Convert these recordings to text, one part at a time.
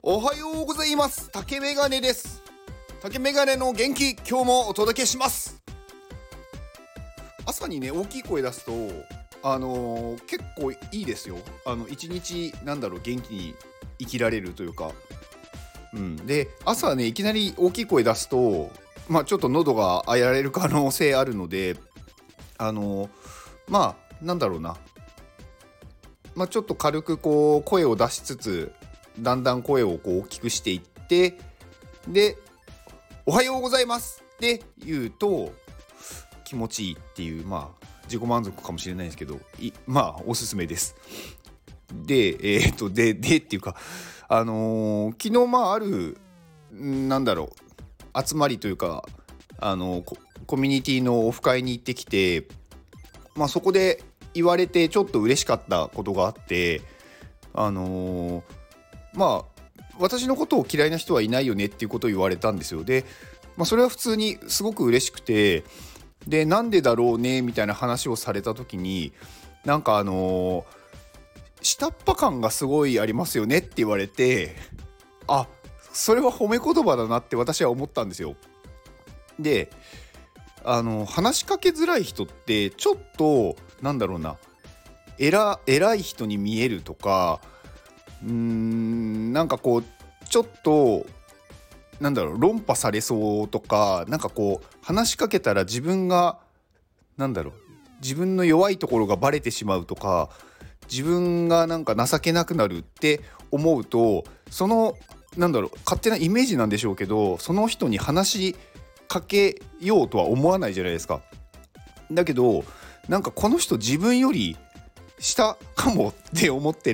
おはようございます。竹メガネです。竹メガネの元気、今日もお届けします。朝にね、大きい声出すと結構いいですよ。一日元気に生きられるというか、で朝ねいきなり大きい声出すとちょっと喉がやられる可能性あるので、ちょっと軽くこう声を出しつつ、だんだん声をこう大きくしていって、でおはようございますって言うと気持ちいいっていう、自己満足かもしれないですけど、おすすめです。でっていうか、昨日ある集まりというか、コミュニティのオフ会に行ってきて、そこで言われてちょっと嬉しかったことがあって、私のことを嫌いな人はいないよねっていうことを言われたんですよ。で、それは普通にすごく嬉しくて、でなんでだろうねみたいな話をされた時に、下っ端感がすごいありますよねって言われて、それは褒め言葉だなって私は思ったんですよ。で話しかけづらい人ってちょっと偉い人に見えるとか、ちょっと論破されそうとか、話しかけたら自分が自分の弱いところがバレてしまうとか、自分が情けなくなるって思うと、その勝手なイメージなんでしょうけど、その人に話しかけようとは思わないじゃないですか。だけどこの人自分より下かもって思って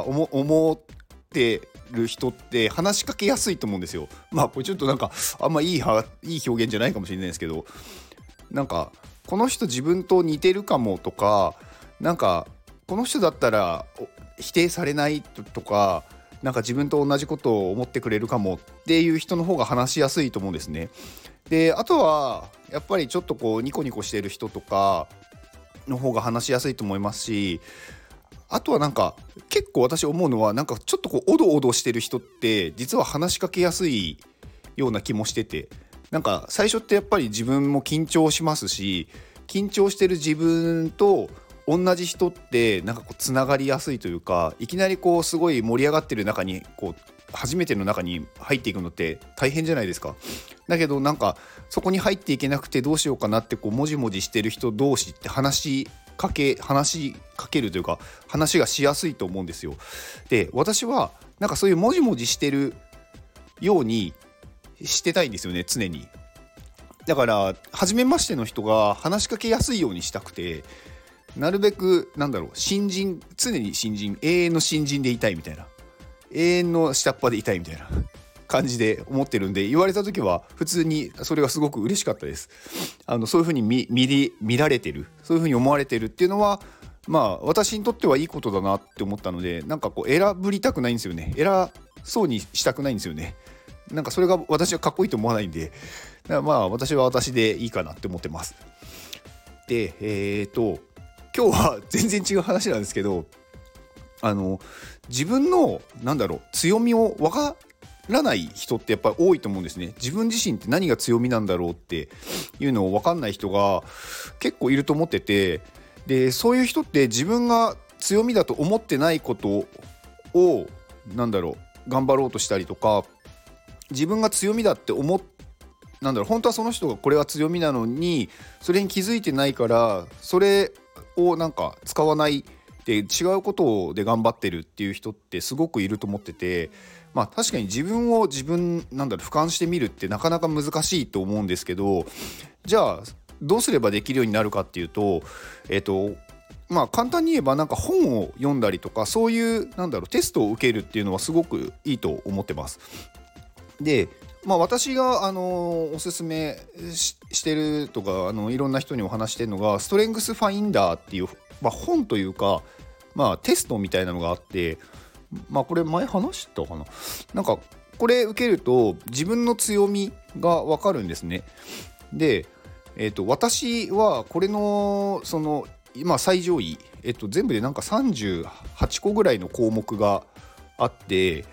る人って話しかけやすいと思うんですよ。これちょっとあんまいい表現じゃないかもしれないですけど、この人自分と似てるかもとか、この人だったら否定されないとか、自分と同じことを思ってくれるかもっていう人の方が話しやすいと思うんですね。であとはやっぱりちょっとこうニコニコしてる人とかの方が話しやすいと思いますし、あとは結構私思うのは、ちょっとこうおどおどしてる人って実は話しかけやすいような気もしてて、最初ってやっぱり自分も緊張しますし、緊張してる自分と同じ人ってつながりやすいというか、いきなりこうすごい盛り上がってる中に初めての中に入っていくのって大変じゃないですか。だけどそこに入っていけなくてどうしようかなってもじもじしてる人同士って話しかけるというか、話がしやすいと思うんですよ。で私はそういうもじもじしてるようにしてたいんですよね、常に。だから初めましての人が話しかけやすいようにしたくて、なるべく常に新人、永遠の新人でいたいみたいな、永遠の下っ端でいたいみたいな感じで思ってるんで、言われた時は普通にそれがすごく嬉しかったです。そういう風に 見られてる、そういう風に思われてるっていうのは私にとってはいいことだなって思ったので、偉ぶりたくないんですよね。偉そうにしたくないんですよね。それが私はかっこいいと思わないんで、私は私でいいかなって思ってます。で今日は全然違う話なんですけど、自分の強みを分からない人ってやっぱり多いと思うんですね。自分自身って何が強みなんだろうっていうのを分かんない人が結構いると思ってて、でそういう人って自分が強みだと思ってないことを頑張ろうとしたりとか、自分が強みだって本当はその人がこれは強みなのにそれに気づいてないから、それを使わないで違うことで頑張ってるっていう人ってすごくいると思ってて、確かに自分を俯瞰してみるってなかなか難しいと思うんですけど、じゃあどうすればできるようになるかっていうと、簡単に言えば本を読んだりとか、そういうテストを受けるっていうのはすごくいいと思ってます。で私がおすすめ してるとか、いろんな人にお話してるのがストレングスファインダーっていう、本というか、テストみたいなのがあって、これ前話したかな。これ受けると自分の強みが分かるんですね。で、私はこれの最上位、全部で38個ぐらいの項目があって、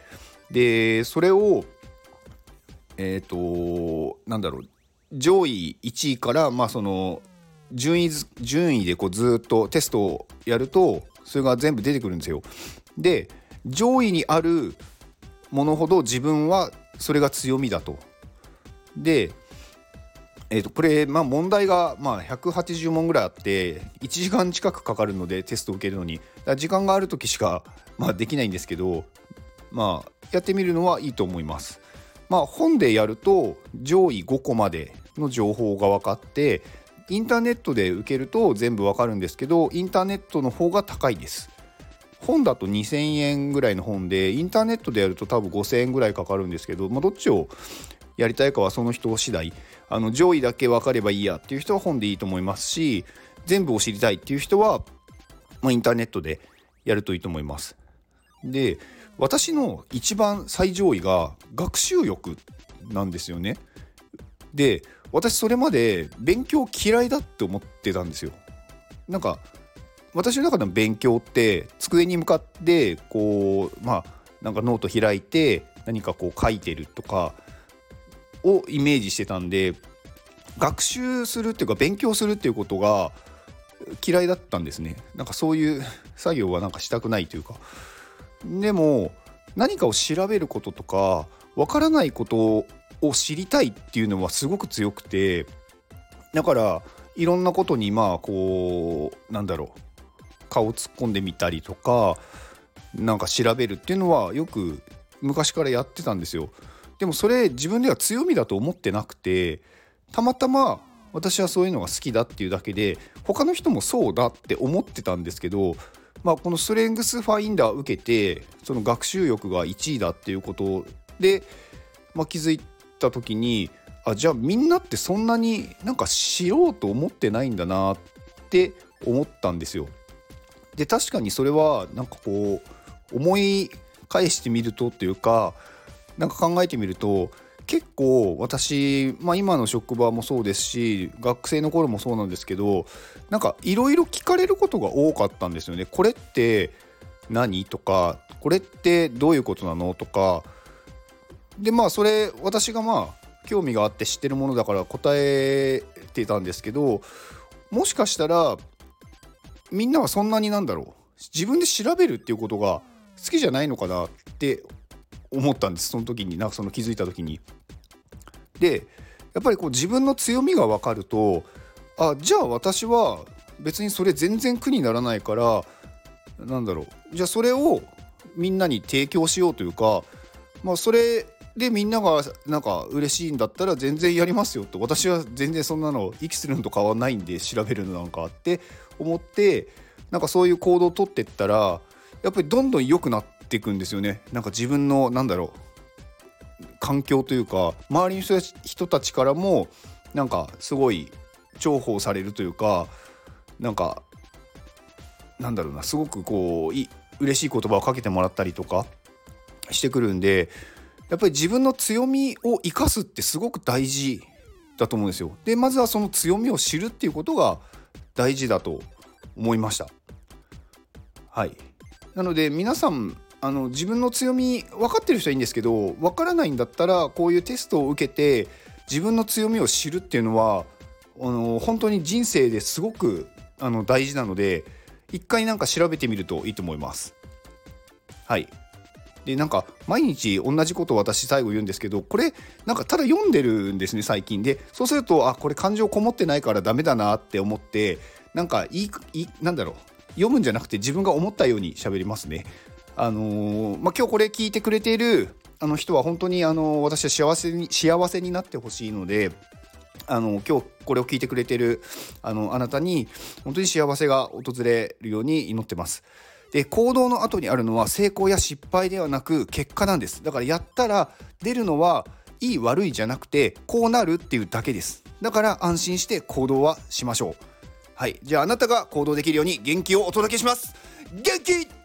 でそれをなんだろう、上位1位からその順位でこうずっとテストをやるとそれが全部出てくるんですよ。で上位にあるものほど自分はそれが強みだと。でこれ問題が180問ぐらいあって1時間近くかかるので、テストを受けるのに時間がある時しかできないんですけど、やってみるのはいいと思います。本でやると上位5個までの情報が分かって、インターネットで受けると全部分かるんですけど、インターネットの方が高いです。本だと2000円ぐらいの本で、インターネットでやると多分5000円ぐらいかかるんですけど、どっちをやりたいかはその人次第。上位だけ分かればいいやっていう人は本でいいと思いますし、全部を知りたいっていう人は、インターネットでやるといいと思います。で私の一番最上位が学習欲なんですよね。で私それまで勉強嫌いだって思ってたんですよ。なんか私の中での勉強って机に向かってこうなんかノート開いて何かこう書いてるとかをイメージしてたんで、学習するっていうか勉強するっていうことが嫌いだったんですね。なんかそういう作業はなんかしたくないというか。でも何かを調べることとかわからないことを知りたいっていうのはすごく強くて、だからいろんなことにこう顔突っ込んでみたりとかなんか調べるっていうのはよく昔からやってたんですよ。でもそれ自分では強みだと思ってなくて、たまたま私はそういうのが好きだっていうだけで、他の人もそうだって思ってたんですけど、このストレングスファインダーを受けてその学習欲が1位だっていうことで、気づいた時にじゃあみんなってそんなになんか知ろうと思ってないんだなって思ったんですよ。で確かにそれはなんかこう思い返してみるとっていうか、なんか考えてみると結構私、今の職場もそうですし学生の頃もそうなんですけど、なんかいろいろ聞かれることが多かったんですよね。これって何とか、これってどういうことなのとかで、それ私が興味があって知ってるものだから答えてたんですけど、もしかしたらみんなはそんなに自分で調べるっていうことが好きじゃないのかなって思ったんです。その時にその気づいた時に。でやっぱりこう自分の強みが分かると、じゃあ私は別にそれ全然苦にならないから、じゃあそれをみんなに提供しようというか、それでみんながなんか嬉しいんだったら全然やりますよと。私は全然そんなの息するのと変わんないんで調べるのなんかって思って、なんかそういう行動を取ってったらやっぱりどんどん良くなっていくんですよね。なんか自分の環境というか周りの人たちからもなんかすごい重宝されるというか、すごくこう嬉しい言葉をかけてもらったりとかしてくるんで、やっぱり自分の強みを生かすってすごく大事だと思うんですよ。でまずはその強みを知るっていうことが大事だと思いました。はい。なので皆さん自分の強み分かってる人はいいんですけど、分からないんだったらこういうテストを受けて自分の強みを知るっていうのは本当に人生ですごく大事なので、一回調べてみるといいと思います。はい。で毎日同じことを私最後言うんですけど、これただ読んでるんですね最近で。そうするとこれ感情こもってないからダメだなって思って、読むんじゃなくて自分が思ったように喋りますね。今日これ聞いてくれている人は本当に私は幸せになってほしいので、今日これを聞いてくれているあなたに本当に幸せが訪れるように祈ってます。で行動の後にあるのは成功や失敗ではなく結果なんです。だからやったら出るのはいい悪いじゃなくてこうなるっていうだけです。だから安心して行動はしましょう。はい。じゃああなたが行動できるように元気をお届けします。元気